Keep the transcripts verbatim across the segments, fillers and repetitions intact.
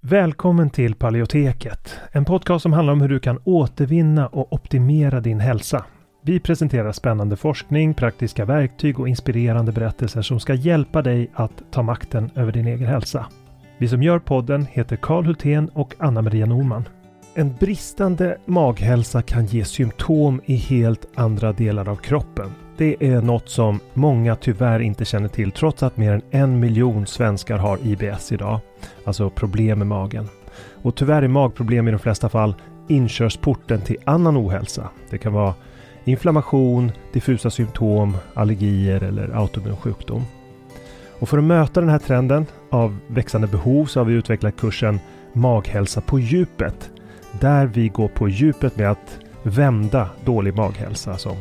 Välkommen till Paleoteket, en podcast som handlar om hur du kan återvinna och optimera din hälsa. Vi presenterar spännande forskning, praktiska verktyg och inspirerande berättelser som ska hjälpa dig att ta makten över din egen hälsa. Vi som gör podden heter Carl Hultén och Anna-Maria Norman. En bristande maghälsa kan ge symptom i helt andra delar av kroppen. Det är något som många tyvärr inte känner till trots att mer än en miljon svenskar har I B S idag. Alltså problem med magen. Och tyvärr är magproblem i de flesta fall inkörsporten till annan ohälsa. Det kan vara inflammation, diffusa symptom, allergier eller autoimmun sjukdom. Och för att möta den här trenden av växande behov så har vi utvecklat kursen Maghälsa på djupet. Där vi går på djupet med att vända dålig maghälsa som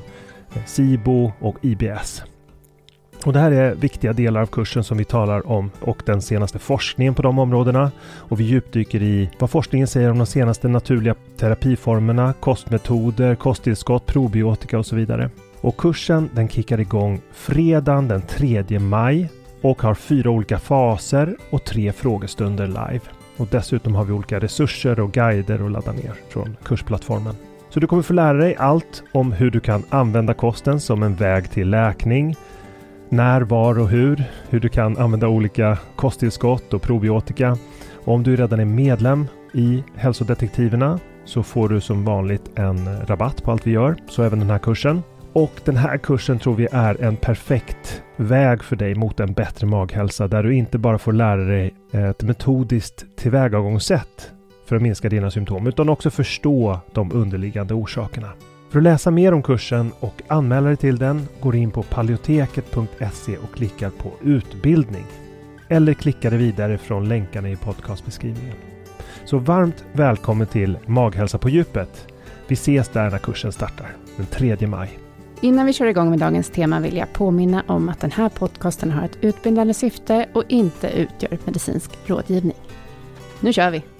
SIBO och I B S. Och det här är viktiga delar av kursen som vi talar om och den senaste forskningen på de områdena. Och vi djupdyker i vad forskningen säger om de senaste naturliga terapiformerna, kostmetoder, kosttillskott, probiotika och så vidare. Och kursen den kickar igång fredagen den tredje maj och har fyra olika faser och tre frågestunder live. Och dessutom har vi olika resurser och guider att ladda ner från kursplattformen. Så du kommer få lära dig allt om hur du kan använda kosten som en väg till läkning. När, var och hur. Hur du kan använda olika kosttillskott och probiotika. Och om du redan är medlem i Hälsodetektiverna så får du som vanligt en rabatt på allt vi gör. Så även den här kursen. Och den här kursen tror vi är en perfekt väg för dig mot en bättre maghälsa. Där du inte bara får lära dig ett metodiskt tillvägagångssätt för att minska dina symptom utan också förstå de underliggande orsakerna. För att läsa mer om kursen och anmäla dig till den går in på paleoteket punkt se och klickar på utbildning. Eller klickar dig vidare från länkarna i podcastbeskrivningen. Så varmt välkommen till Maghälsa på djupet. Vi ses där när kursen startar den tredje maj. Innan vi kör igång med dagens tema vill jag påminna om att den här podcasten har ett utbildande syfte och inte utgör medicinsk rådgivning. Nu kör vi!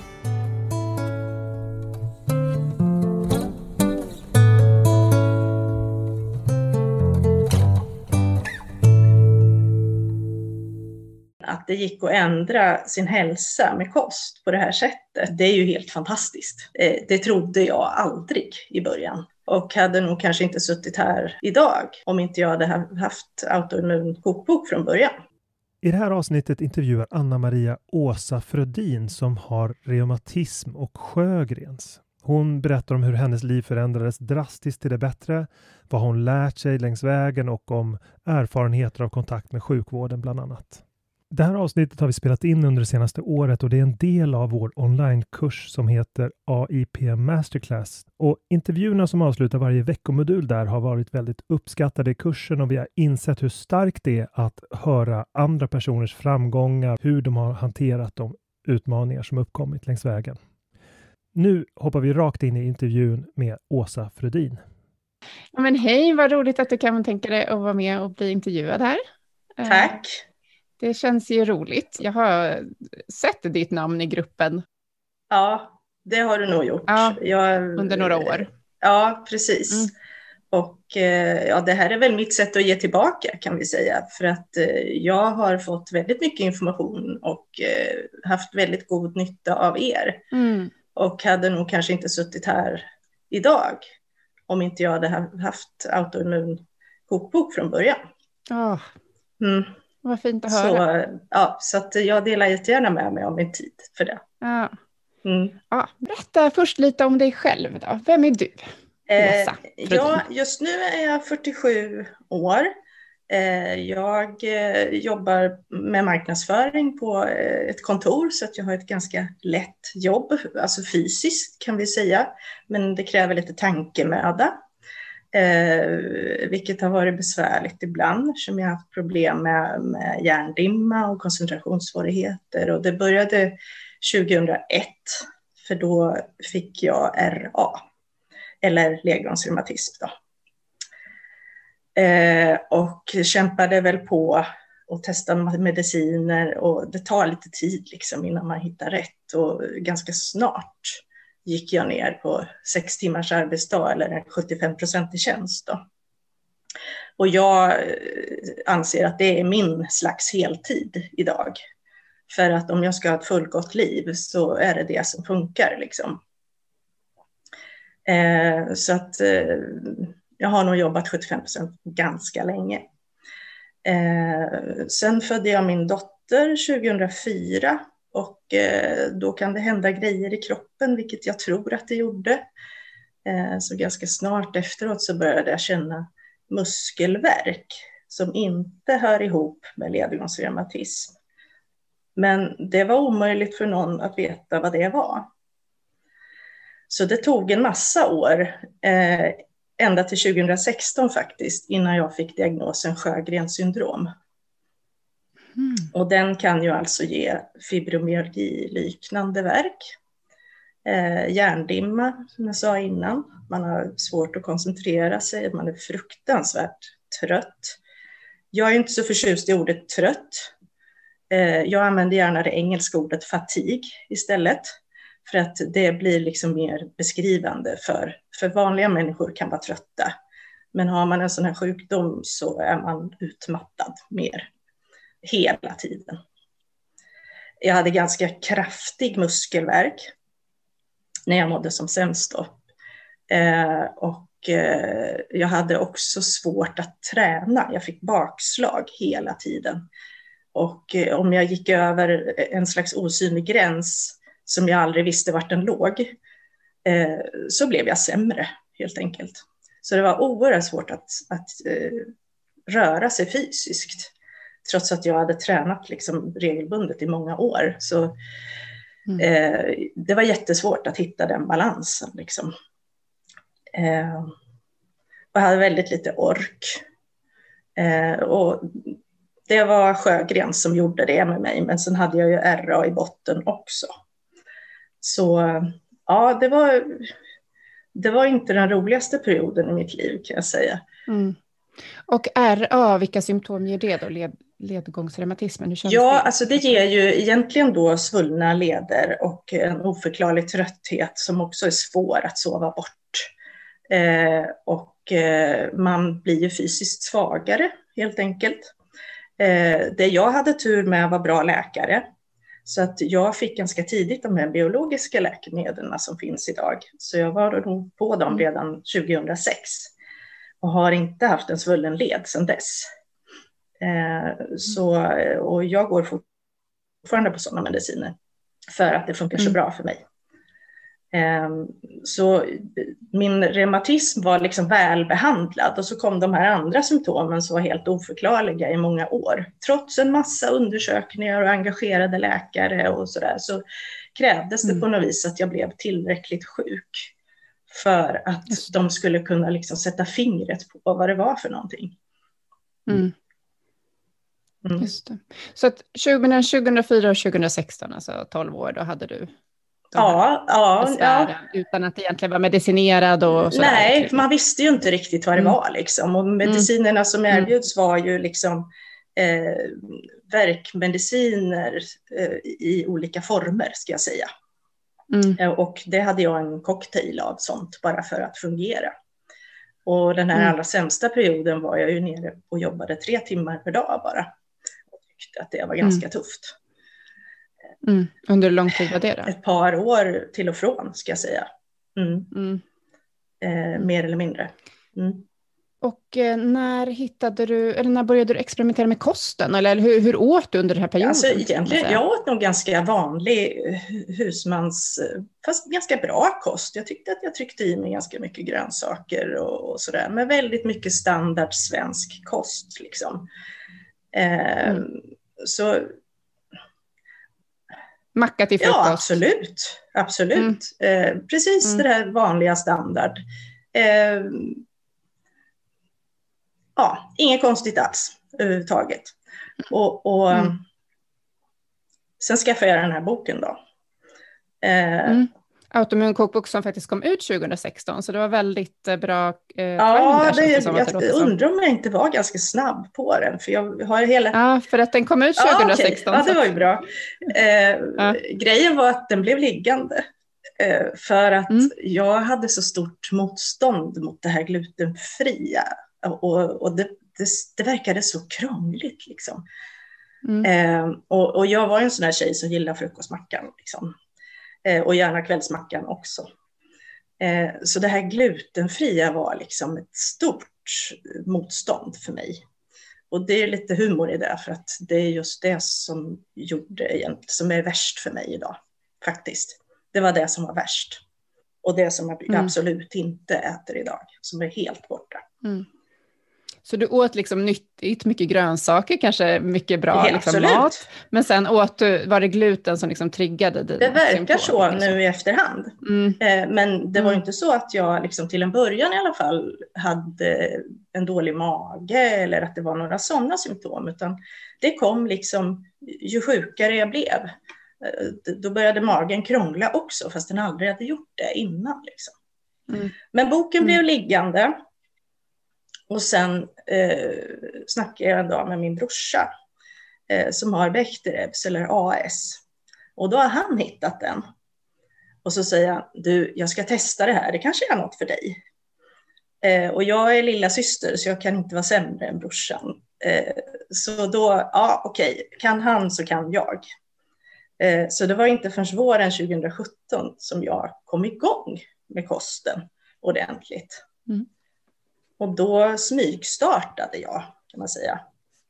Att det gick att ändra sin hälsa med kost på det här sättet, det är ju helt fantastiskt. Det trodde jag aldrig i början. Och hade nog kanske inte suttit här idag om inte jag hade haft autoimmun kokbok från början. I det här avsnittet intervjuar Anna-Maria Åsa Frödin som har reumatism och Sjögrens. Hon berättar om hur hennes liv förändrades drastiskt till det bättre, vad hon lärt sig längs vägen och om erfarenheter av kontakt med sjukvården bland annat. Det här avsnittet har vi spelat in under det senaste året och det är en del av vår onlinekurs som heter A I P Masterclass. Och intervjuerna som avslutar varje veckomodul där har varit väldigt uppskattade i kursen och vi har insett hur starkt det är att höra andra personers framgångar, hur de har hanterat de utmaningar som uppkommit längs vägen. Nu hoppar vi rakt in i intervjun med Åsa Frödin. Ja, men hej, vad roligt att du kan tänka dig att vara med och bli intervjuad här. Tack! Det känns ju roligt. Jag har sett ditt namn i gruppen. Ja, det har du nog gjort. Ja, jag, under några år. Ja, precis. Mm. Och ja, det här är väl mitt sätt att ge tillbaka kan vi säga. För att jag har fått väldigt mycket information och haft väldigt god nytta av er. Mm. Och hade nog kanske inte suttit här idag om inte jag hade haft autoimmun kokbok från början. Oh. Mm. Vad fint att höra. Så, ja, så att jag delar jättegärna med mig om min tid för det. Ja. Mm. Ja, berätta först lite om dig själv då. Vem är du? Åsa, eh, ja, just nu är jag fyrtiosju år. Eh, jag eh, jobbar med marknadsföring på eh, ett kontor så att jag har ett ganska lätt jobb. Alltså fysiskt kan vi säga. Men det kräver lite tankemöda. Eh, vilket har varit besvärligt ibland eftersom jag har haft problem med, med hjärndimma och koncentrationssvårigheter och det började tjugohundraett för då fick jag R A eller ledgångsreumatism då. Eh, och kämpade väl på och testade mediciner och det tar lite tid liksom innan man hittar rätt och ganska snart gick jag ner på sex timmars arbetsdag eller sjuttiofem procent i tjänst då. Och jag anser att det är min slags heltid idag. För att om jag ska ha ett fullgott liv så är det det som funkar liksom. Eh, så att eh, jag har nog jobbat sjuttiofem procent ganska länge. Eh, sen födde jag min dotter tjugohundrafyra och eh, då kan det hända grejer i kroppen, vilket jag tror att det gjorde. Eh, så ganska snart efteråt så började jag känna muskelvärk som inte hör ihop med ledgångsreumatism. Men det var omöjligt för någon att veta vad det var. Så det tog en massa år, eh, ända till tjugohundrasexton faktiskt, innan jag fick diagnosen Sjögrens syndrom. Mm. Och den kan ju alltså ge fibromyalgi-liknande värk. Eh, hjärndimma, som jag sa innan. Man har svårt att koncentrera sig, man är fruktansvärt trött. Jag är inte så förtjust i ordet trött. Eh, jag använder gärna det engelska ordet fatigue istället. För att det blir liksom mer beskrivande för, för vanliga människor kan vara trötta. Men har man en sån här sjukdom så är man utmattad mer hela tiden. Jag hade ganska kraftig muskelvärk när jag mådde som sämst då. Eh, och eh, jag hade också svårt att träna. Jag fick bakslag hela tiden. Och eh, om jag gick över en slags osynlig gräns som jag aldrig visste vart den låg, eh, så blev jag sämre helt enkelt. Så det var oerhört svårt att, att eh, röra sig fysiskt. Trots att jag hade tränat liksom regelbundet i många år. Så mm. eh, det var jättesvårt att hitta den balansen. Liksom. Eh, jag hade väldigt lite ork. Eh, och det var Sjögrens som gjorde det med mig. Men sen hade jag ju R A i botten också. Så ja, det var, det var inte den roligaste perioden i mitt liv kan jag säga. Mm. Och R A, vilka symptom ger det då? Led, ledgångsreumatismen? Hur ja, det? alltså det ger ju egentligen då svullna leder och en oförklarlig trötthet som också är svår att sova bort. Eh, och eh, man blir ju fysiskt svagare helt enkelt. Eh, det jag hade tur med var bra läkare. Så att jag fick ganska tidigt de här biologiska läkemedlen som finns idag. Så jag var nog på dem redan tjugohundrasex. Och har inte haft en svullen led sedan dess. Eh, så, och jag går fortfarande på sådana mediciner. För att det funkar så bra för mig. Eh, så min reumatism var liksom välbehandlad. Och så kom de här andra symptomen som var helt oförklarliga i många år. Trots en massa undersökningar och engagerade läkare och sådär. Så krävdes det på något vis att jag blev tillräckligt sjuk. För att de skulle kunna liksom sätta fingret på vad det var för någonting. Mm. Mm. Just det. Så att tjugohundrafyra och tjugohundrasexton, alltså tolv år, då hade du ja, ja, ja. Utan att det egentligen var medicinerad och sådär. Nej, man visste ju inte riktigt vad det mm. var liksom. Och medicinerna mm. som erbjuds var ju liksom eh, värkmediciner eh, i olika former ska jag säga. Mm. Och det hade jag en cocktail av sånt bara för att fungera. Och den här mm. allra sämsta perioden var jag ju nere och jobbade tre timmar per dag bara. Och tyckte att det var ganska mm. tufft. Mm. Under hur lång tid var det då? Ett par år till och från ska jag säga. Mm. Mm. Eh, mer eller mindre. Mm. Och eh, när hittade du, eller när började du experimentera med kosten? Eller hur, hur åt du under den här perioden? Alltså egentligen, jag åt nog ganska vanlig husmans, fast ganska bra kost. Jag tyckte att jag tryckte i mig ganska mycket grönsaker och, och sådär. Men väldigt mycket standard svensk kost liksom. Eh, mm. Så... Macka till frukost? Ja, absolut. Absolut. Mm. Eh, precis mm. det där vanliga standard. Eh, Ja, inget konstigt alls överhuvudtaget. Och, och mm. sen skaffade jag den här boken då. Eh, mm. Autoimmun kokbok som faktiskt kom ut tjugohundrasexton. Så det var väldigt bra eh, ja, där, det, jag, jag undrar om jag inte var ganska snabb på den. För jag har hela... Ja, för att den kom ut tjugohundrasexton. Ja, okay. Ja, det var ju bra. Eh, ja. Grejen var att den blev liggande. Eh, för att mm. jag hade så stort motstånd mot det här glutenfria. Och, och det, det, det verkade så krångligt liksom. Mm. Eh, och, och jag var en sån här tjej som gillar frukostmackan. Liksom. Eh, och gärna kvällsmackan också. Eh, så det här glutenfria var liksom ett stort motstånd för mig. Och det är lite humor i det, för att det är just det som gjorde, som är värst för mig idag. Faktiskt. Det var det som var värst. Och det som jag mm. absolut inte äter idag, som är helt borta. Mm. Så du åt liksom nyttigt, mycket grönsaker, kanske mycket bra ja, liksom, mat. Men sen åt du, var det gluten som liksom triggade dina Det verkar symptom, så liksom? Nu i efterhand. Mm. Eh, men det var mm. inte så att jag liksom, till en början i alla fall hade en dålig mage eller att det var några sådana symptom. Utan det kom liksom, ju sjukare jag blev. Eh, då började magen krångla också, fast den aldrig hade gjort det innan. Liksom. Mm. Men boken mm. blev liggande. Och sen eh, snackade jag en dag med min brorsa eh, som har Bechterews eller A S. Och då har han hittat den. Och så säger han, du, jag ska testa det här, det kanske är något för dig. Eh, och jag är lilla syster så jag kan inte vara sämre än brorsan. Eh, så då, ja okej, kan han så kan jag. Eh, så det var inte förrän våren tjugohundrasjutton som jag kom igång med kosten ordentligt. Mm. Och då smygstartade jag, kan man säga.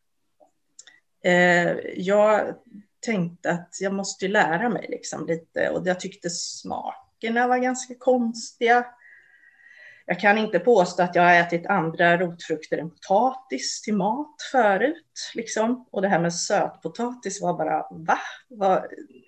Eh, jag tänkte att jag måste lära mig liksom lite. Och jag tyckte smakerna var ganska konstiga. Jag kan inte påstå att jag har ätit andra rotfrukter än potatis till mat förut. Liksom. Och det här med sötpotatis var bara, va? Var,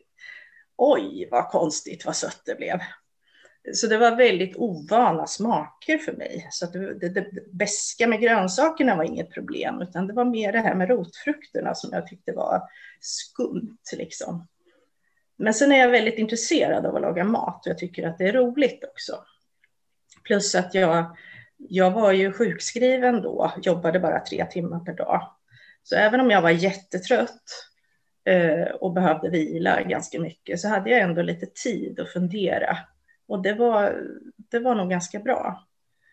oj, vad konstigt, vad sött det blev. Så det var väldigt ovana smaker för mig. Så att det, det, det beska med grönsakerna var inget problem. Utan det var mer det här med rotfrukterna som jag tyckte var skumt. Liksom. Men sen är jag väldigt intresserad av att laga mat. Och jag tycker att det är roligt också. Plus att jag, jag var ju sjukskriven då. Jobbade bara tre timmar per dag. Så även om jag var jättetrött eh, och behövde vila ganska mycket. Så hade jag ändå lite tid att fundera. Och det var, det var nog ganska bra.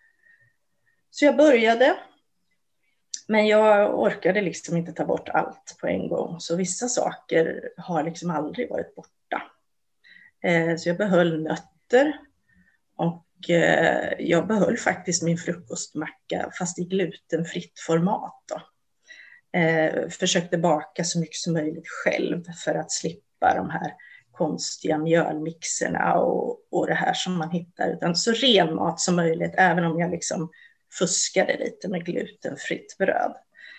Så jag började. Men jag orkade liksom inte ta bort allt på en gång. Så vissa saker har liksom aldrig varit borta. Eh, så jag behöll nötter. Och eh, jag behöll faktiskt min frukostmacka fast i glutenfritt format. Då. Eh, försökte baka så mycket som möjligt själv för att slippa de här konstiga mjölmixerna och, och det här som man hittar. Utan så ren mat som möjligt, även om jag liksom fuskade lite med glutenfritt bröd.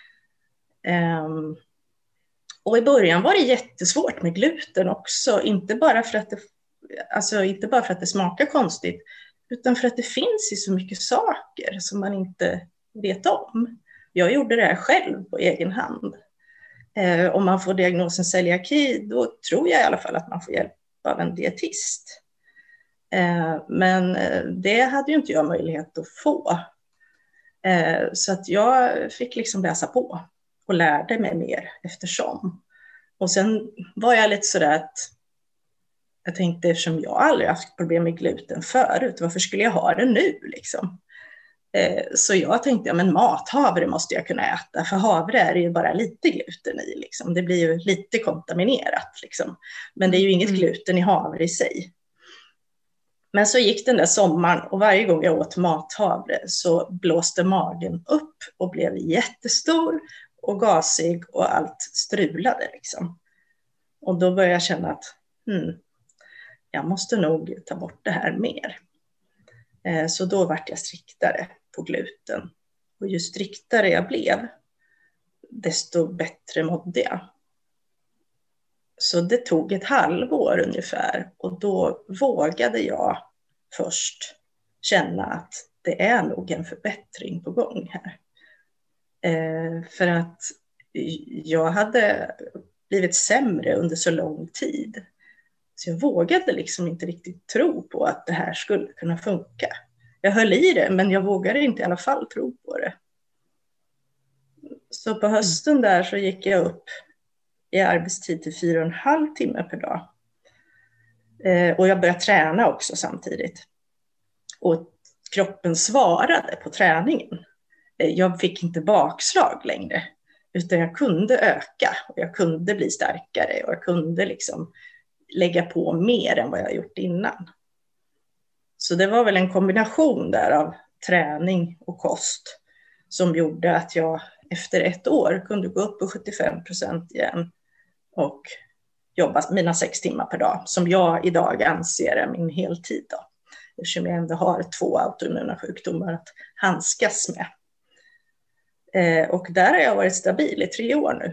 Um, och i början var det jättesvårt med gluten också. Inte bara för att det, alltså inte bara för att det smakar konstigt, utan för att det finns i så mycket saker som man inte vet om. Jag gjorde det här själv på egen hand. Eh, om man får diagnosen celiaki, då tror jag i alla fall att man får hjälp av en dietist. Eh, men det hade ju inte jag möjlighet att få. Eh, så att jag fick liksom läsa på och lärde mig mer eftersom. Och sen var jag lite sådär att jag tänkte, eftersom jag aldrig haft problem med gluten förut, varför skulle jag ha det nu liksom? Så jag tänkte, ja men mathavre måste jag kunna äta, för havre är det ju bara lite gluten i liksom. Det blir ju lite kontaminerat liksom. Men det är ju inget gluten i havre i sig. Men så gick den där sommaren och varje gång jag åt mathavre så blåste magen upp och blev jättestor och gasig och allt strulade liksom. Och då började jag känna att hmm, jag måste nog ta bort det här mer. Så då vart jag striktare på gluten. Och ju striktare jag blev, desto bättre mådde jag. Så det tog ett halvår ungefär. Och då vågade jag först känna att det är nog en förbättring på gång här. Eh, för att jag hade blivit sämre under så lång tid. Så jag vågade liksom inte riktigt tro på att det här skulle kunna funka. Jag höll i det, men jag vågade inte i alla fall tro på det. Så på hösten där så gick jag upp i arbetstid till fyra och en halv timme per dag. Eh, och jag började träna också samtidigt. Och kroppen svarade på träningen. Eh, jag fick inte bakslag längre. utan jag kunde öka och jag kunde bli starkare och jag kunde liksom lägga på mer än vad jag gjort innan. Så det var väl en kombination där av träning och kost som gjorde att jag efter ett år kunde gå upp på sjuttiofem procent igen och jobba mina sex timmar per dag, som jag idag anser är min heltid då. Eftersom jag ändå har två autoimmuna sjukdomar att handskas med. Eh, och där har jag varit stabil i tre år nu.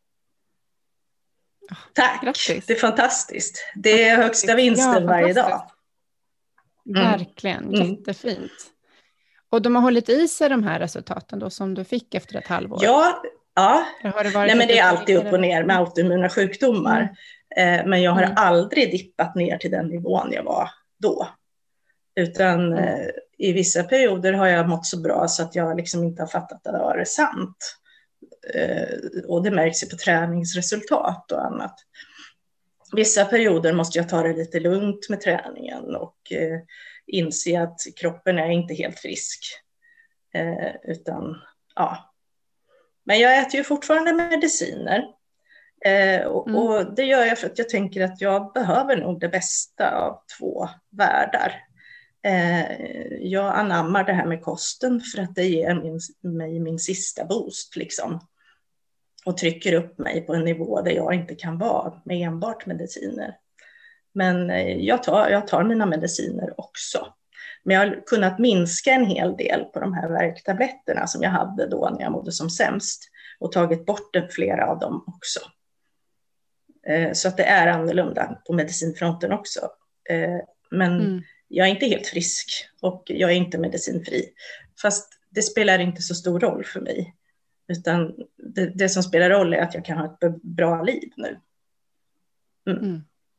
Oh, tack, grattis. Det är fantastiskt. Det är högsta vinsten ja, varje dag. Mm. Verkligen, jättefint. Och de har hållit i sig de här resultaten då som du fick efter ett halvår? Ja, ja. Har det varit Nej, men det är alltid upp och ner med autoimmuna sjukdomar. Mm. Eh, men jag har mm. aldrig dippat ner till den nivån jag var då. Utan mm. eh, i vissa perioder har jag mått så bra så att jag liksom inte har fattat att det var sant. Eh, och det märks ju på träningsresultat och annat. Vissa perioder måste jag ta det lite lugnt med träningen och eh, inse att kroppen är inte helt frisk. Eh, utan, ja. Men jag äter ju fortfarande mediciner. Eh, och, mm. och det gör jag för att jag tänker att jag behöver nog det bästa av två världar. Eh, jag anammar det här med kosten för att det ger min, mig min sista boost liksom. Och trycker upp mig på en nivå där jag inte kan vara med enbart mediciner. Men eh, jag, tar, jag tar mina mediciner också. Men jag har kunnat minska en hel del på de här värktabletterna som jag hade då när jag mådde som sämst. Och tagit bort flera av dem också. Eh, så att det är annorlunda på medicinfronten också. Eh, men mm. jag är inte helt frisk och jag är inte medicinfri. Fast det spelar inte så stor roll för mig. Utan det, det som spelar roll är att jag kan ha ett bra liv nu. Mm. Mm.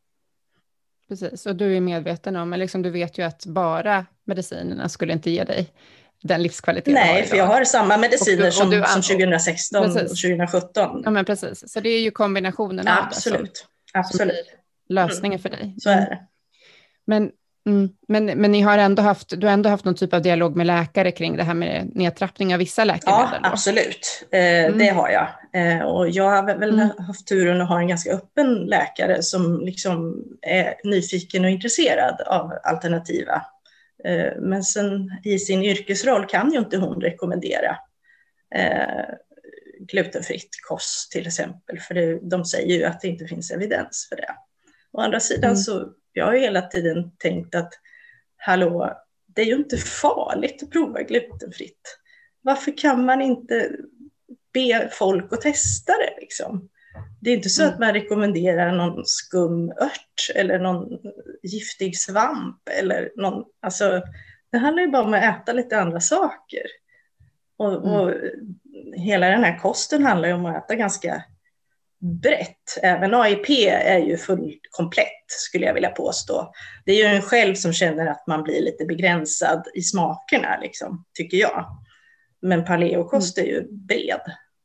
Precis, och du är medveten om, men liksom du vet ju att bara medicinerna skulle inte ge dig den livskvalitet. Nej, för jag har samma mediciner och du, och du, som, som tjugohundrasexton precis. Och tjugohundrasjutton. Ja, men precis. Så det är ju kombinationen av absolut. det som, absolut. som lösningen mm. för dig. Så är det. Men, mm, men, men ni har ändå haft, du har ändå haft någon typ av dialog med läkare kring det här med nedtrappning av vissa läkemedel? Ja, då? Absolut. Eh, mm. Det har jag. Eh, och jag har väl mm. haft turen att ha en ganska öppen läkare som liksom är nyfiken och intresserad av alternativa. Eh, men sen i sin yrkesroll kan ju inte hon rekommendera eh, glutenfritt kost till exempel. För det, de säger ju att det inte finns evidens för det. Å andra sidan mm. så jag har ju hela tiden tänkt att hallå, det är ju inte farligt att prova glutenfritt. Varför kan man inte be folk att testa det liksom? Det är inte så mm. att man rekommenderar någon skumört eller någon giftig svamp eller någon, alltså det handlar ju bara om att äta lite andra saker. Och, mm. och hela den här kosten handlar ju om att äta ganska brett. Även A I P är ju fullt komplett skulle jag vilja påstå. Det är ju en själv som känner att man blir lite begränsad i smakerna liksom, tycker jag. Men paleokost mm. är ju bred.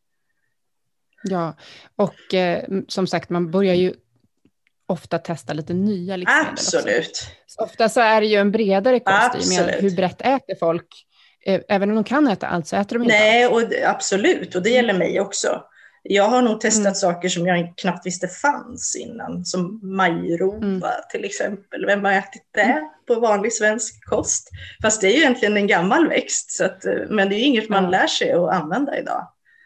Ja, och eh, som sagt man börjar ju ofta testa lite nya livsmedel. Absolut. Så ofta så är det ju en bredare kost. Absolut. Med hur brett äter folk? Eh, även om de kan äta allt så äter de inte Nej, allt. Och, absolut. Och det gäller mig också. Jag har nog testat mm. saker som jag knappt visste fanns innan. Som majrova mm. till exempel. Vem har ätit det mm. på vanlig svensk kost? Fast det är ju egentligen en gammal växt. Så att, men det är ju inget man mm. lär sig att använda idag.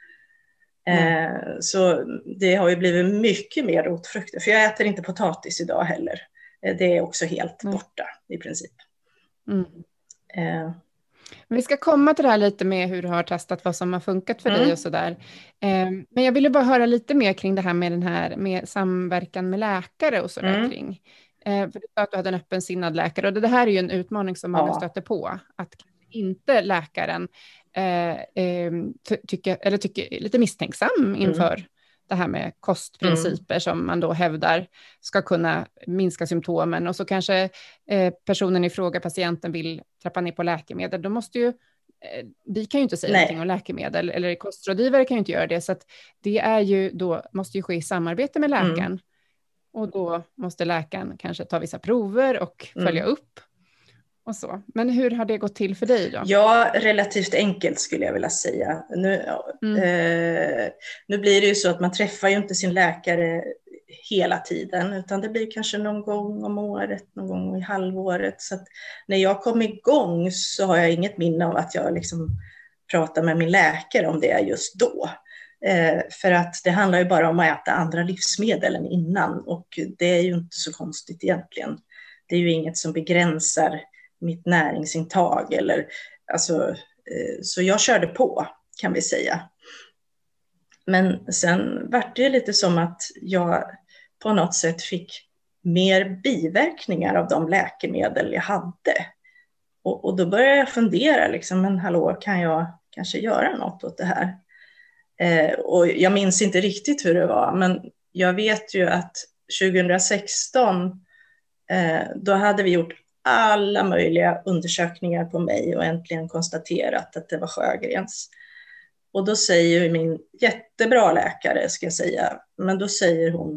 Mm. Eh, så det har ju blivit mycket mer rotfrukter. För jag äter inte potatis idag heller. Eh, det är också helt mm. borta i princip. Mm. Eh. Vi ska komma till det här lite med hur du har testat vad som har funkat för mm. dig och sådär. Eh, men jag ville bara höra lite mer kring det här med den här med samverkan med läkare och sådär mm. kring. Eh, för du sa att du hade en öppensinnad läkare och det här är ju en utmaning som många ja. stöter på. Att inte läkaren eh, eh, tycker, eller tycker lite misstänksam inför mm. det här med kostprinciper mm. som man då hävdar ska kunna minska symptomen. Och så kanske eh, personen i fråga, patienten, vill trappa ner på läkemedel. Då måste ju, eh, vi kan ju inte säga Nej. någonting om läkemedel, eller kostrådgivare kan ju inte göra det. Så att det är ju då, måste ju ske i samarbete med läkaren. Mm. Och då måste läkaren kanske ta vissa prover och följa mm. upp. och så. Men hur har det gått till för dig då? Ja, relativt enkelt skulle jag vilja säga. Nu, mm. eh, nu blir det ju så att man träffar ju inte sin läkare hela tiden, utan det blir kanske någon gång om året, någon gång i halvåret. Så att när jag kom igång så har jag inget minne av att jag liksom pratar med min läkare om det just då. Eh, för att det handlar ju bara om att äta andra livsmedel än innan, och det är ju inte så konstigt egentligen. Det är ju inget som begränsar mitt näringsintag eller alltså, eh, så jag körde på, kan vi säga. Men sen var det lite som att jag på något sätt fick mer biverkningar av de läkemedel jag hade. Och, och då började jag fundera, liksom, men hallå, kan jag kanske göra något åt det här? Eh, och jag minns inte riktigt hur det var, men jag vet ju att tjugohundrasexton eh, då hade vi gjort alla möjliga undersökningar på mig och äntligen konstaterat att det var Sjögrens. Och då säger min jättebra läkare, ska jag säga, men då säger hon,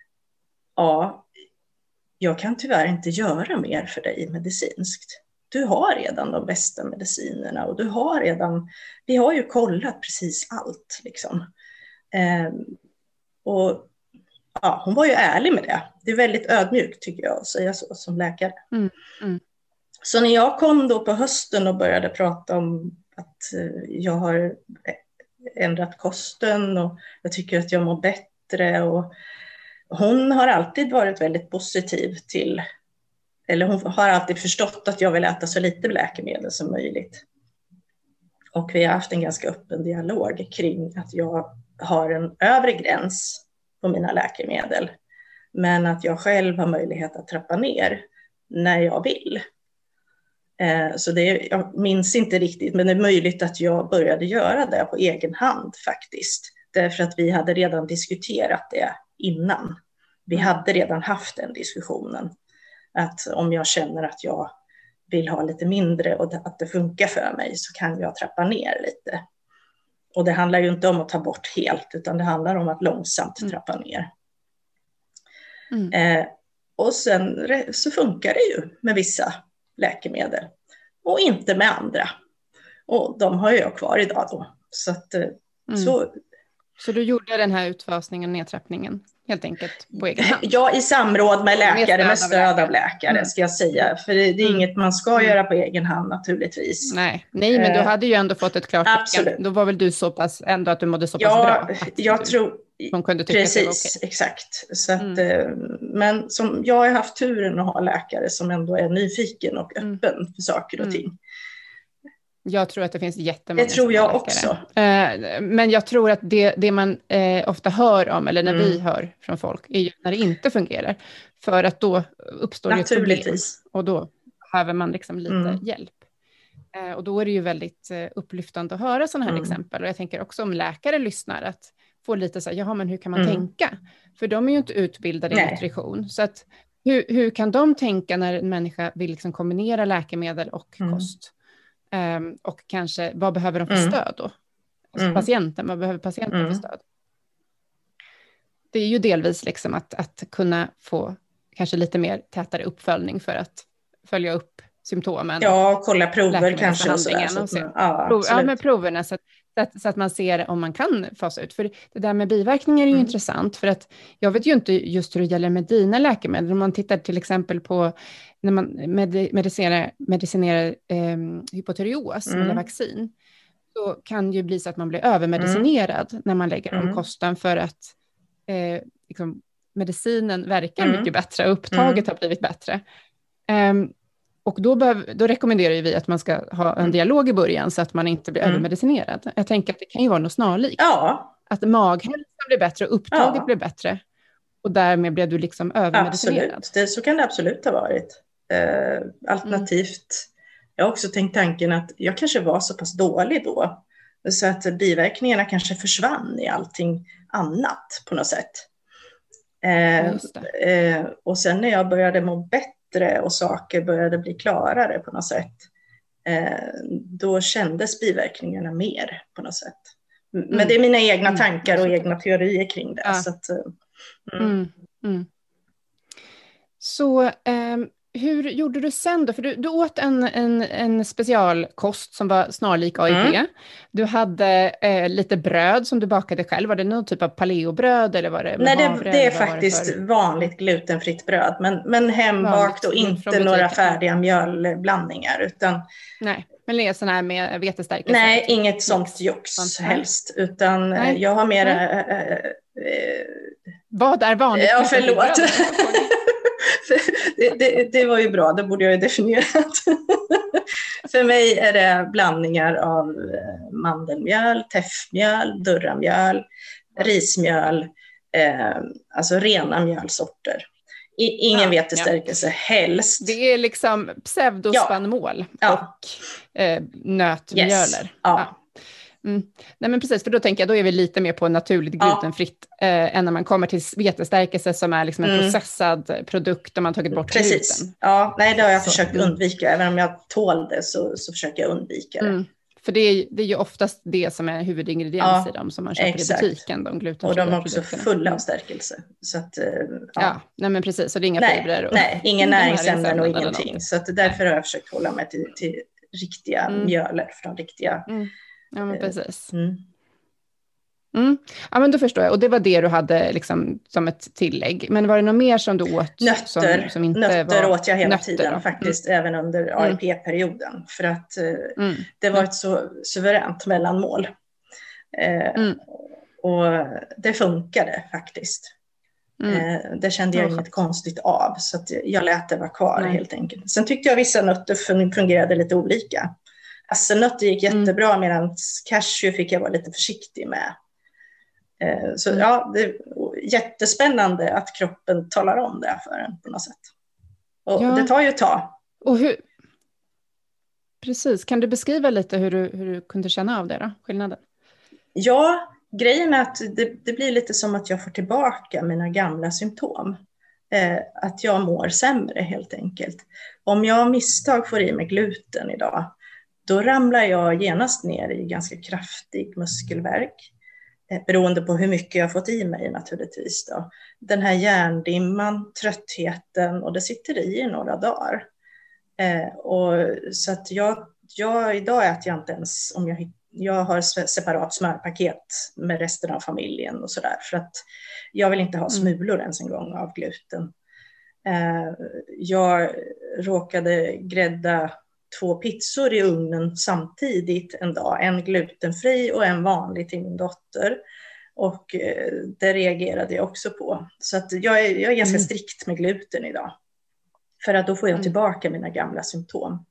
ja, jag kan tyvärr inte göra mer för dig medicinskt. Du har redan de bästa medicinerna och du har redan, vi har ju kollat precis allt liksom. Eh, och ja, hon var ju ärlig med det. Det är väldigt ödmjukt tycker jag att säga så som läkare. Mm, mm. Så när jag kom då på hösten och började prata om att jag har ändrat kosten och jag tycker att jag mår bättre, och hon har alltid varit väldigt positiv till, eller hon har alltid förstått att jag vill äta så lite läkemedel som möjligt. Och vi har haft en ganska öppen dialog kring att jag har en övre gräns på mina läkemedel, men att jag själv har möjlighet att trappa ner när jag vill. Så det är, jag minns inte riktigt, men det är möjligt att jag började göra det på egen hand faktiskt. Därför att vi hade redan diskuterat det innan. Vi hade redan haft den diskussionen. Att om jag känner att jag vill ha lite mindre och att det funkar för mig, så kan jag trappa ner lite. Och det handlar ju inte om att ta bort helt, utan det handlar om att långsamt trappa ner. Mm. Eh, och sen så funkar det ju med vissa läkemedel och inte med andra. Och de har jag kvar idag då. Så, att, mm. så, så du gjorde den här utfasningen, nedtrappningen helt enkelt på egen hand? Ja, i samråd med läkare, med stöd, med stöd av läkare, mm. ska jag säga. För det, det är mm. inget man ska mm. göra på egen hand naturligtvis. Nej, Nej men du hade ju ändå fått ett klart Absolut. Då var väl du så pass, ändå att du mådde så pass ja, bra? Jag du, tror, de kunde tycka precis, att det var okej. exakt. Så att, mm. Men som, jag har haft turen att ha läkare som ändå är nyfiken och öppen mm. för saker och ting. Jag tror att det finns jättemånga. Det tror jag läkare. också. Men jag tror att det, det man eh, ofta hör om, eller när mm. vi hör från folk, är ju när det inte fungerar. För att då uppstår det ett problem. Och då behöver man liksom lite mm. hjälp. Eh, och då är det ju väldigt eh, upplyftande att höra sådana här mm. exempel. Och jag tänker också om läkare lyssnar att få lite så här, jaha, men hur kan man mm. tänka? För de är ju inte utbildade i nutrition. Så att hur, hur kan de tänka när en människa vill liksom kombinera läkemedel och mm. kost? Um, och kanske, vad behöver de för mm. stöd då? Alltså mm. patienten, vad behöver patienten mm. för stöd? Det är ju delvis liksom att, att kunna få kanske lite mer tätare uppföljning för att följa upp symptomen. Ja, kolla prover kanske. Och sådär, så och se. Ja, Prov, ja, med proverna så att, så, att, så att man ser om man kan fasa ut. För det där med biverkningar är ju mm. intressant, för att jag vet ju inte just hur det gäller med dina läkemedel. Om man tittar till exempel på när man med, medicinerar, medicinerar eh, hypotyreos mm. eller vaccin, så kan det ju bli så att man blir övermedicinerad mm. när man lägger om mm. kosten, för att eh, liksom, medicinen verkar mm. mycket bättre och upptaget mm. har blivit bättre. Um, Och då, behöv, då rekommenderar vi att man ska ha en dialog i början så att man inte blir mm. övermedicinerad. Jag tänker att det kan ju vara något snarlikt. Ja. Att maghälsan blir bättre och upptaget ja. blir bättre. Och därmed blev du liksom övermedicinerad. Absolut, det, så kan det absolut ha varit. Eh, alternativt, mm. jag har också tänkt tanken att jag kanske var så pass dålig då. Så att biverkningarna kanske försvann i allting annat på något sätt. Eh, eh, och sen när jag började må bättre och saker började bli klarare på något sätt, eh, då kändes biverkningarna mer på något sätt. Men mm. det är mina egna mm. tankar och mm. egna teorier kring det. Ja. Så, att, mm. Mm. Mm. så eh, hur gjorde du sen då? För du, du åt en, en, en specialkost som var snarlik A I P. Mm. Du hade eh, lite bröd som du bakade själv. Var det någon typ av paleobröd eller var det med Nej, det, havre, det är var faktiskt det för... vanligt glutenfritt bröd. Men, men hembakt och inte några färdiga mjölblandningar. Utan... Nej, men det är sån här med vetestärkelse? Nej, typ. inget sånt jox helst. Utan Nej. jag har mer... Äh, äh, Vad är vanligt? Ja, förlåt. det, det, det var ju bra, det borde jag ju definierat. För mig är det blandningar av mandelmjöl, teffmjöl, durramjöl, rismjöl, eh, alltså rena mjölsorter. I, ingen ja, vetestärkelse ja. helst. Det är liksom pseudospannmål ja. och eh, nötmjöler. Yes. Ja. Ja. Mm. Nej men precis, för då tänker jag, då är vi lite mer på naturligt glutenfritt ja. eh, än när man kommer till vetestärkelse som är liksom en mm. processad produkt där man tagit bort precis. gluten. Ja, nej det har jag så. försökt undvika. Även om jag tål det så, så försöker jag undvika det. Mm. För det är, det är ju oftast det som är huvudingrediens ja, i dem som man köper exakt. i butiken. De glutenfria och de är också fulla av stärkelse. Så att, ja. ja, nej men precis. Så det är inga nej, fibrer. Och, nej, inga näringsämnen och ingenting. Så att därför har jag försökt hålla mig till, till riktiga mm. mjöler från riktiga... Mm. Ja, men precis. Mm. Mm. Ja, men då förstår jag. Och det var det du hade liksom som ett tillägg. Men var det något mer som du åt? Nötter. Som, som inte Nötter var... åt jag hela Nötter, tiden då. faktiskt. Mm. Även under A I P-perioden. För att eh, mm. det var ett så suveränt mellanmål. Eh, mm. Och det funkade faktiskt. Mm. Eh, det kände jag mm. inget konstigt av. Så att jag lät det vara kvar Nej. helt enkelt. Sen tyckte jag vissa nötter fungerade lite olika. Hasselnötter gick jättebra mm. medan cashew fick jag vara lite försiktig med. Eh, så mm. ja, det är jättespännande att kroppen talar om det för en på något sätt. Och ja. det tar ju ett tag. Och hur... Precis, kan du beskriva lite hur du, hur du kunde känna av det då, skillnaden? Ja, grejen är att det, det blir lite som att jag får tillbaka mina gamla symptom. Eh, att jag mår sämre helt enkelt. Om jag av misstag får i mig gluten idag, då ramlar jag genast ner i ganska kraftig muskelvärk. Eh, beroende på hur mycket jag har fått i mig naturligtvis. Då. Den här hjärndimman, tröttheten och det sitter i i några dagar. Eh, och, så att jag, jag, idag äter jag inte ens, om jag, jag har separat smörpaket med resten av familjen och sådär. För att jag vill inte ha smulor ens en gång av gluten. Eh, jag råkade grädda två pizzor i ugnen samtidigt en dag. En glutenfri och en vanlig till min dotter. Och eh, det reagerade jag också på. Så att jag, är, jag är ganska mm. strikt med gluten idag. För att då får jag tillbaka mina gamla symptom.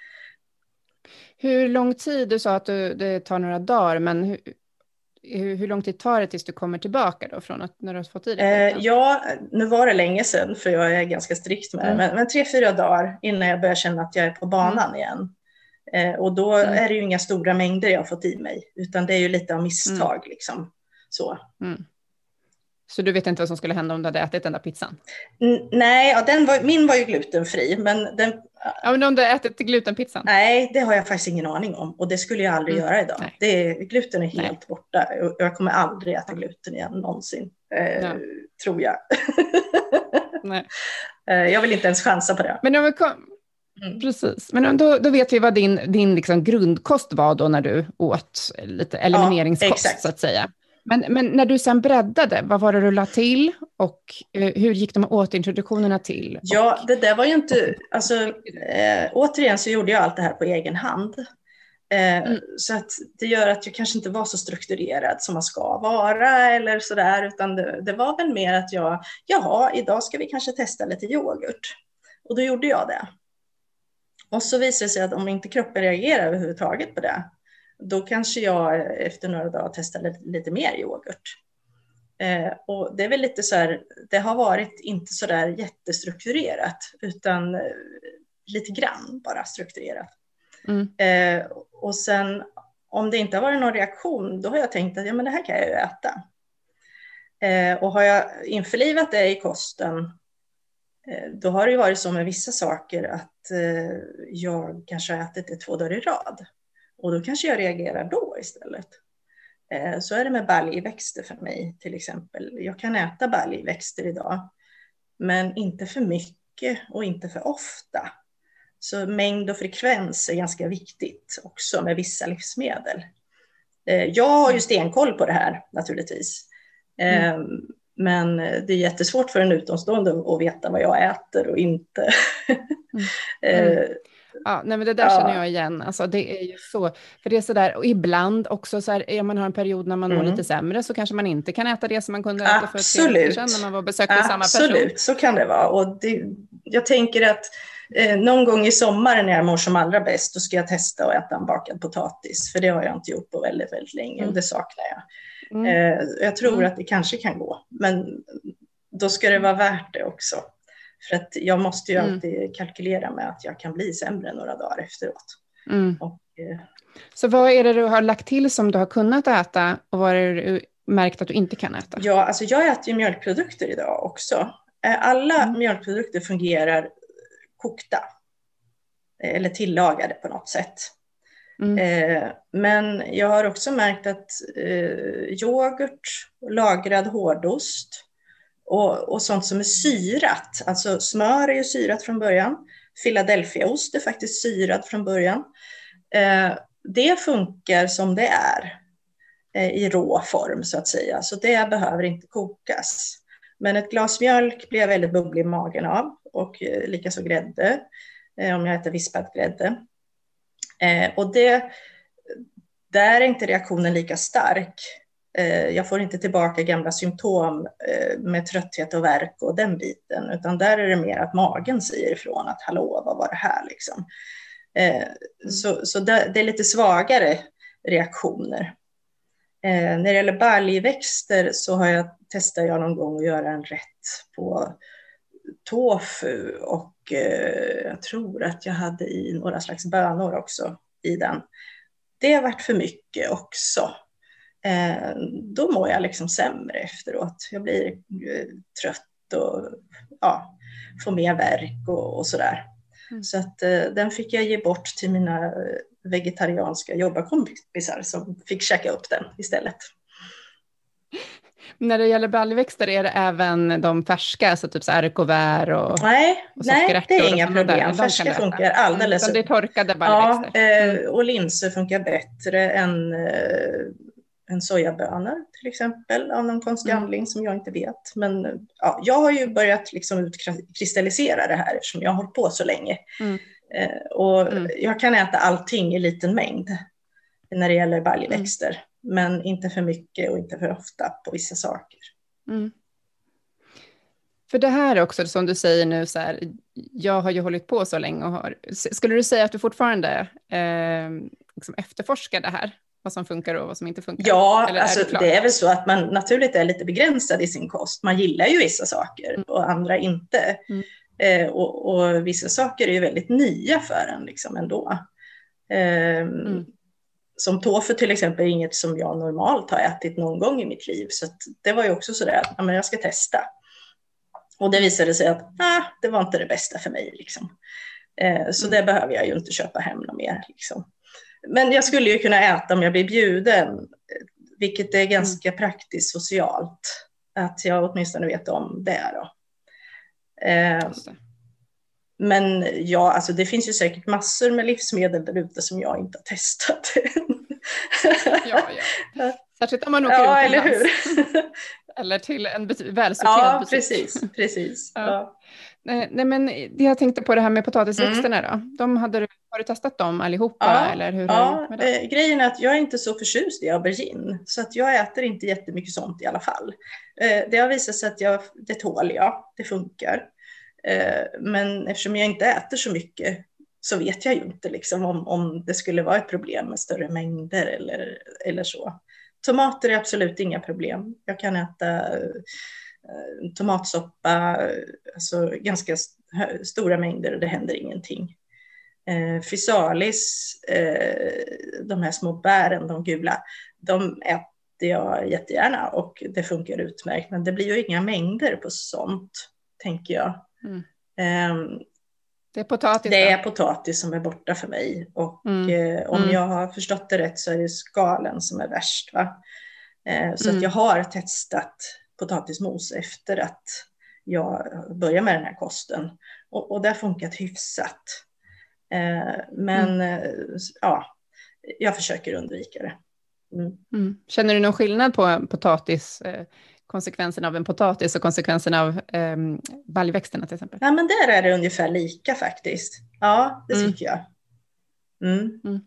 Hur lång tid, du sa att du, det tar några dagar, men hur, hur, hur lång tid tar det tills du kommer tillbaka då från att när du har fått i det? Eh, ja, nu var det länge sedan för jag är ganska strikt med mm. det. Men, men tre, fyra dagar innan jag börjar känna att jag är på banan mm. igen. Eh, och då mm. är det ju inga stora mängder jag har fått i mig. Utan det är ju lite av misstag mm. liksom. Så. Mm. Så du vet inte vad som skulle hända om du hade ätit den där pizzan? N- nej, ja, den var, min var ju glutenfri. Men, den, ja, men om du har ätit glutenpizzan? Nej, det har jag faktiskt ingen aning om. Och det skulle jag aldrig mm. göra idag. Det är, gluten är helt nej. borta. Och jag kommer aldrig äta gluten igen någonsin. Eh, ja. Tror jag. nej. eh, jag vill inte ens chansa på det. Men om vi kom... Mm. Precis, men då, då vet vi vad din, din liksom grundkost var då när du åt lite elimineringskost ja, så att säga. Men, men när du sen breddade, vad var det du la till och eh, hur gick de återintroduktionerna till? Ja, det där var ju inte, alltså eh, återigen så gjorde jag allt det här på egen hand. Eh, mm. Så att det gör att jag kanske inte var så strukturerad som man ska vara eller sådär, utan det, det var väl mer att jag, jaha, idag ska vi kanske testa lite yoghurt. Och då gjorde jag det. Och så visade det sig att om inte kroppen reagerar överhuvudtaget på det, då kanske jag efter några dagar testar lite, lite mer yoghurt. Eh, och det är väl lite så här, det har varit inte så där jättestrukturerat, utan eh, lite grann bara strukturerat. Mm. Eh, och sen om det inte har varit någon reaktion, då har jag tänkt att ja, men det här kan jag ju äta. Eh, och har jag införlivat det i kosten, eh, då har det ju varit så med vissa saker att eh, jag kanske har ätit det två dagar i rad. Och då kanske jag reagerar då istället. Eh, så är det med baljväxter för mig till exempel. Jag kan äta baljväxter idag. Men inte för mycket. mycket och inte för ofta. Så mängd och frekvens är ganska viktigt också med vissa livsmedel. Jag har ju stenkoll på det här naturligtvis. Mm. Men det är jättesvårt för en utomstående att veta vad jag äter och inte. Mm. Mm. Ja, nej, men det där ja. känner jag igen. Alltså, det är ju så. För det är så där, och ibland också så här, om man har en period när man mm. mår lite sämre så kanske man inte kan äta det som man kunde äta Absolut. för tre veckor sedan när man var besökt med samma person. Absolut, så kan det vara. Och det, jag tänker att eh, någon gång i sommaren när jag mår som allra bäst, då ska jag testa att äta en bakad potatis. För det har jag inte gjort på väldigt, väldigt länge mm. och det saknar jag. Mm. Eh, jag tror mm. att det kanske kan gå, men då ska det vara värt det också. För att jag måste ju alltid mm. kalkylera med att jag kan bli sämre några dagar efteråt. Mm. Och, eh, så vad är det du har lagt till som du har kunnat äta och vad är det du märkt att du inte kan äta? Ja, alltså jag äter ju mjölkprodukter idag också. Alla mm. mjölkprodukter fungerar kokta eller tillagade på något sätt. Mm. Eh, men jag har också märkt att eh, yoghurt, lagrad hårdost och, och sånt som är syrat, alltså smör är ju syrat från början, Philadelphiaost är faktiskt syrad från början, eh, det funkar som det är eh, i rå form så att säga, så det behöver inte kokas. Men ett glas mjölk blir jag väldigt bubblig i magen av och eh, likaså grädde eh, om jag äter vispad grädde. Eh, och det, där är inte reaktionen lika stark. Eh, jag får inte tillbaka gamla symptom eh, med trötthet och värk och den biten. Utan där är det mer att magen säger ifrån att hallå, vad var det här liksom. Eh, mm. Så, så det, det är lite svagare reaktioner. Eh, när det gäller baljväxter så har jag testat jag någon gång att göra en rätt på tofu och eh, jag tror att jag hade i några slags bönor också i den. Det har varit för mycket också. Eh, då mår jag liksom sämre efteråt. Jag blir eh, trött och ja, får mer värk och, och sådär. Mm. Så att eh, den fick jag ge bort till mina vegetarianska jobbarkompisar som fick käka upp den istället. När det gäller baljväxter är det även de färska, alltså typ så ärkovär och Nej, och nej det är inga problem. Färska funkar alldeles. Mm, det är torkade baljväxter. Ja, mm. och linser funkar bättre än, än sojabönor till exempel av någon konstig mm. anledning som jag inte vet. Men ja, jag har ju börjat liksom utkristallisera det här eftersom jag har hållit på så länge. Mm. Och mm. jag kan äta allting i liten mängd när det gäller baljväxter. Mm. Men inte för mycket och inte för ofta på vissa saker. Mm. För det här också som du säger nu så här, jag har ju hållit på så länge och har, skulle du säga att du fortfarande eh, liksom efterforskar det här? Vad som funkar och vad som inte funkar? Ja, Eller alltså, är det är väl så att man naturligt är lite begränsad i sin kost. Man gillar ju vissa saker mm. och andra inte. Mm. Eh, och, och vissa saker är ju väldigt nya för en liksom ändå. Eh, mm. Som tofu till exempel är inget som jag normalt har ätit någon gång i mitt liv. Så att det var ju också sådär att ja, men jag ska testa. Och det visade sig att ah, det var inte det bästa för mig. Liksom. Eh, så mm. det behöver jag ju inte köpa hem något mer. Liksom. Men jag skulle ju kunna äta om jag blir bjuden. Vilket är ganska mm. praktiskt socialt. Att jag åtminstone vet om det då. Eh, Men ja, alltså det finns ju säkert massor med livsmedel där ute som jag inte har testat. ja, ja. Särskilt om man åker ja, ut eller hur? Eller till en välsorterad ja, butik. Precis, precis. ja. Ja. Nej, nej, men det jag tänkte på det här med potatisväxterna mm. då. De hade, har du testat dem allihopa? Ja, eller hur ja. har du gjort med det? Eh, grejen är att jag är inte så förtjust i aubergine. Så att jag äter inte jättemycket sånt i alla fall. Eh, det har visat sig att jag, det tål jag, det funkar. Men eftersom jag inte äter så mycket så vet jag ju inte liksom om, om det skulle vara ett problem med större mängder eller, eller så. Tomater är absolut inga problem. Jag kan äta eh, tomatsoppa, alltså ganska st- stora mängder och det händer ingenting. Eh, Physalis, eh, de här små bären, de gula, de äter jag jättegärna och det funkar utmärkt. Men det blir ju inga mängder på sånt, tänker jag. Mm. Um, det är potatis. Det är potatis som är borta för mig. Och mm. eh, om mm. jag har förstått det rätt så är det skalen som är värst. Va? Eh, så mm. att jag har testat potatismos efter att jag började med den här kosten. Och, och det har funkat hyfsat. Eh, men mm. eh, ja, jag försöker undvika det. Mm. Mm. Känner du någon skillnad på potatis, eh, konsekvensen av en potatis och konsekvensen av eh, baljväxterna till exempel? Ja, men där är det ungefär lika faktiskt. Ja, det mm. tycker jag. Mm. Mm.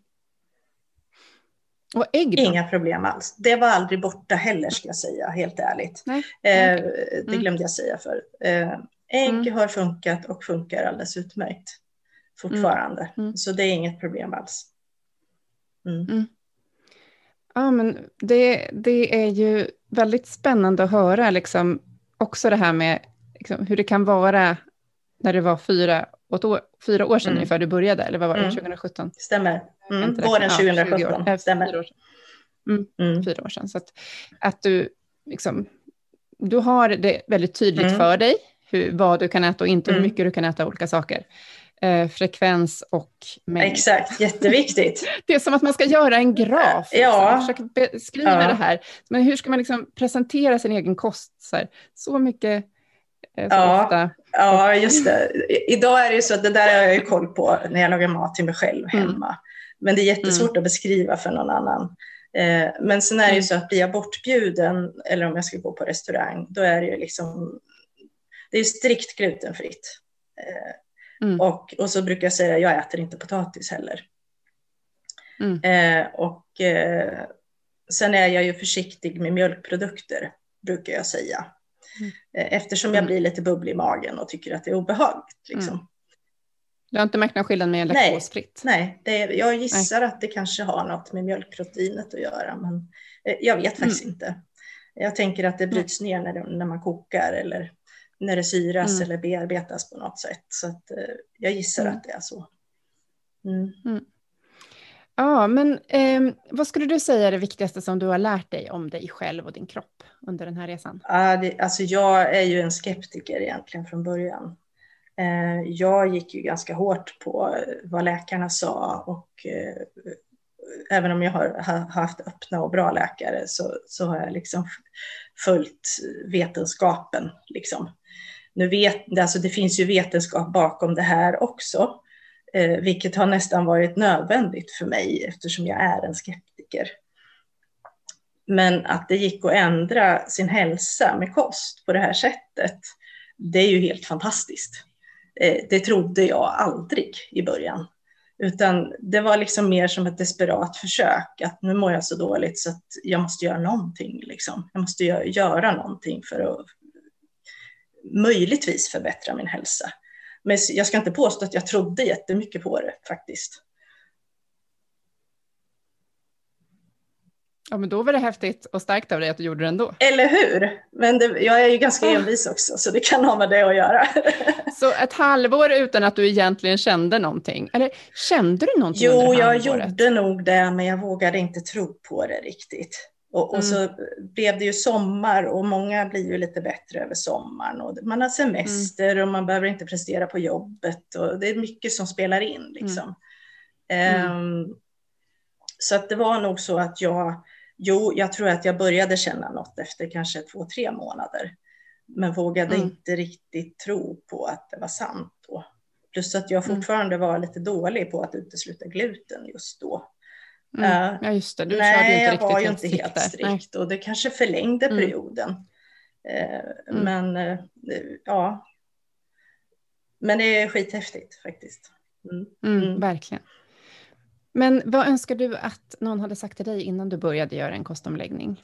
Och ägg då? Inga problem alls. Det var aldrig borta heller, ska jag säga, helt ärligt. Nej. Eh, Okay. Mm. Det glömde jag säga för. Eh, ägg mm. har funkat och funkar alldeles utmärkt fortfarande. Mm. Så det är inget problem alls. Mm. Mm. Ja, men det, det är ju väldigt spännande att höra liksom, också det här med liksom, hur det kan vara när det var fyra, år, fyra år sedan mm. ungefär du började, eller vad var det, mm. tjugo sjutton? Stämmer, mm. våren tjugo sjutton, ja, stämmer. Fyra år sedan. Mm. Mm. Fyra år sedan. Så att, att du, liksom, du har det väldigt tydligt mm. för dig, hur, vad du kan äta och inte, mm. hur mycket du kan äta olika saker. Eh, frekvens och mängd. Exakt, jätteviktigt. Det är som att man ska göra en graf. Ja. Liksom, försöka beskriva ja. det här. Men hur ska man liksom presentera sin egen kost? Så, här, så mycket, eh, så ja. ofta. Ja, just det. Idag är det ju så att det där har jag ju koll på när jag lagar mat till mig själv hemma. Mm. Men det är jättesvårt mm. att beskriva för någon annan. Eh, men sen är det ju så att blir jag bortbjuden, eller om jag ska gå på restaurang, då är det ju liksom, det är strikt glutenfritt. Eh, Mm. Och, och så brukar jag säga, jag äter inte potatis heller. Mm. Eh, och eh, sen är jag ju försiktig med mjölkprodukter, brukar jag säga. Mm. Eh, eftersom jag blir lite bubblig i magen och tycker att det är obehagligt. Liksom. Mm. Du har inte märkt någon skillnad med laktosfritt? Nej, nej det, jag gissar nej. att det kanske har något med mjölkproteinet att göra. Men eh, jag vet faktiskt mm. inte. Jag tänker att det bryts ner när, det, när man kokar eller när det syras mm. eller bearbetas på något sätt. Så att, eh, jag gissar mm. att det är så. Mm. Mm. Ja, men eh, vad skulle du säga är det viktigaste som du har lärt dig om dig själv och din kropp under den här resan? Ja, det, alltså jag är ju en skeptiker egentligen från början. Eh, jag gick ju ganska hårt på vad läkarna sa och eh, även om jag har, har haft öppna och bra läkare så, så har jag liksom följt vetenskapen liksom. Nu vet, alltså det finns ju vetenskap bakom det här också, eh, vilket har nästan varit nödvändigt för mig eftersom jag är en skeptiker. Men att det gick att ändra sin hälsa med kost på det här sättet, det är ju helt fantastiskt. Eh, det trodde jag aldrig i början. Utan det var liksom mer som ett desperat försök att nu mår jag så dåligt så att jag måste göra någonting. Liksom. Jag måste göra någonting för att möjligtvis förbättra min hälsa. Men jag ska inte påstå att jag trodde jättemycket på det faktiskt. Ja, men då var det häftigt och starkt av dig att du gjorde det ändå. Eller hur? Men det, jag är ju ganska envis också, så det kan ha med det att göra. Så ett halvår utan att du egentligen kände någonting? Eller kände du någonting jo, under det jag halvåret? gjorde nog det, men jag vågade inte tro på det riktigt. Och, och mm. så blev det ju sommar och många blir ju lite bättre över sommaren. Och man har semester mm. och man behöver inte prestera på jobbet. Och det är mycket som spelar in liksom. Mm. Um, så att det var nog så att jag... Jo, jag tror att jag började känna något efter kanske två, tre månader. Men vågade mm. inte riktigt tro på att det var sant då. Plus att jag fortfarande mm. var lite dålig på att utesluta gluten just då. Mm. Uh, ja, just det. Du nej, inte jag var ju inte strikt helt strikt. Nej. Och det kanske förlängde mm. perioden. Uh, mm. Men uh, ja. Men det är skithäftigt faktiskt. Mm. Mm, mm. Verkligen. Men vad önskar du att någon hade sagt till dig innan du började göra en kostomläggning?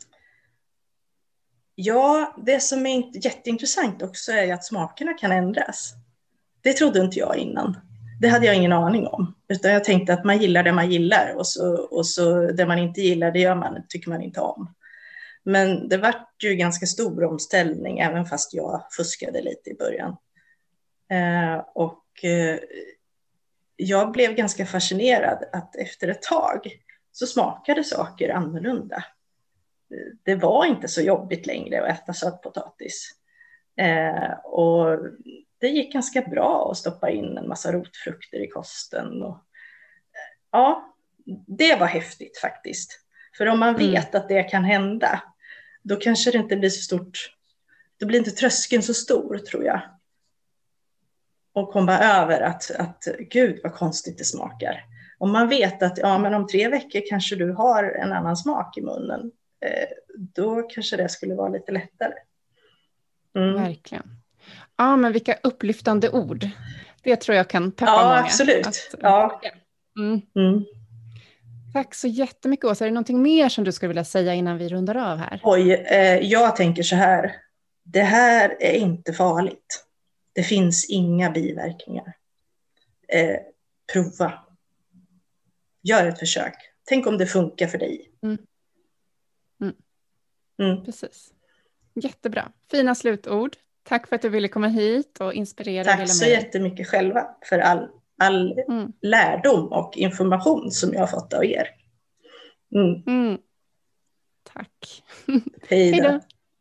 Ja, det som är jätteintressant också är att smakerna kan ändras. Det trodde inte jag innan. Det hade jag ingen aning om. Utan jag tänkte att man gillar det man gillar och så, och så det man inte gillar, det gör man, tycker man inte om. Men det var ju ganska stor omställning, även fast jag fuskade lite i början. Eh, och... Eh, Jag blev ganska fascinerad att efter ett tag så smakade saker annorlunda. Det var inte så jobbigt längre att äta sötpotatis. Eh, och det gick ganska bra att stoppa in en massa rotfrukter i kosten. Och, ja, det var häftigt faktiskt. För om man vet mm. att det kan hända, då kanske det inte blir så stort. Då blir inte tröskeln så stor, tror jag. och komma över att, att gud vad konstigt det smakar. Om man vet att ja, men om tre veckor kanske du har en annan smak i munnen, eh, då kanske det skulle vara lite lättare. Mm. Verkligen. Ja, men vilka upplyftande ord. Det tror jag kan peppa ja, många. Absolut. Att, ja, mm. Mm. Tack så jättemycket, Åsa. Är det någonting mer som du skulle vilja säga innan vi rundar av här? Oj, eh, jag tänker så här. Det här är inte farligt. Det finns inga biverkningar. Eh, prova. Gör ett försök. Tänk om det funkar för dig. Mm. Mm. Mm. Precis. Jättebra. Fina slutord. Tack för att du ville komma hit och inspirera. Tack så jättemycket själva för all, all mm. lärdom och information som jag har fått av er. Mm. Mm. Tack. Hej då.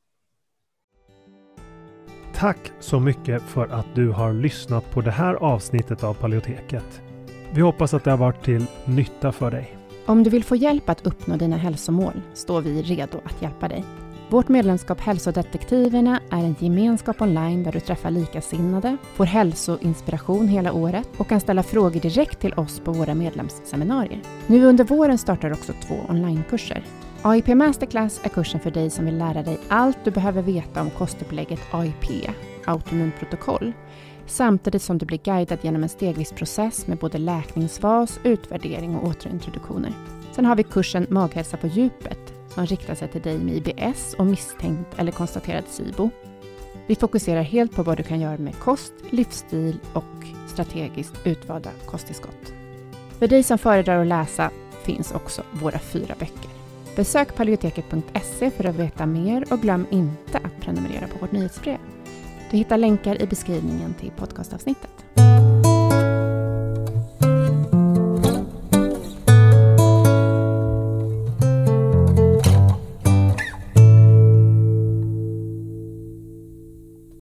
Tack så mycket för att du har lyssnat på det här avsnittet av Paleoteket. Vi hoppas att det har varit till nytta för dig. Om du vill få hjälp att uppnå dina hälsomål står vi redo att hjälpa dig. Vårt medlemskap Hälsodetektiverna är en gemenskap online där du träffar likasinnade, får hälsoinspiration hela året och kan ställa frågor direkt till oss på våra medlemsseminarier. Nu under våren startar också två onlinekurser. A I P Masterclass är kursen för dig som vill lära dig allt du behöver veta om kostupplägget A I P, autoimmun protokoll, samtidigt som du blir guidad genom en stegvis process med både läkningsfas, utvärdering och återintroduktioner. Sen har vi kursen Maghälsa på djupet som riktar sig till dig med I B S och misstänkt eller konstaterad SIBO. Vi fokuserar helt på vad du kan göra med kost, livsstil och strategiskt utvalda kosttillskott. För dig som föredrar att läsa finns också våra fyra böcker. Besök paleoteket punkt se för att veta mer och glöm inte att prenumerera på vårt nyhetsbrev. Du hittar länkar i beskrivningen till podcastavsnittet.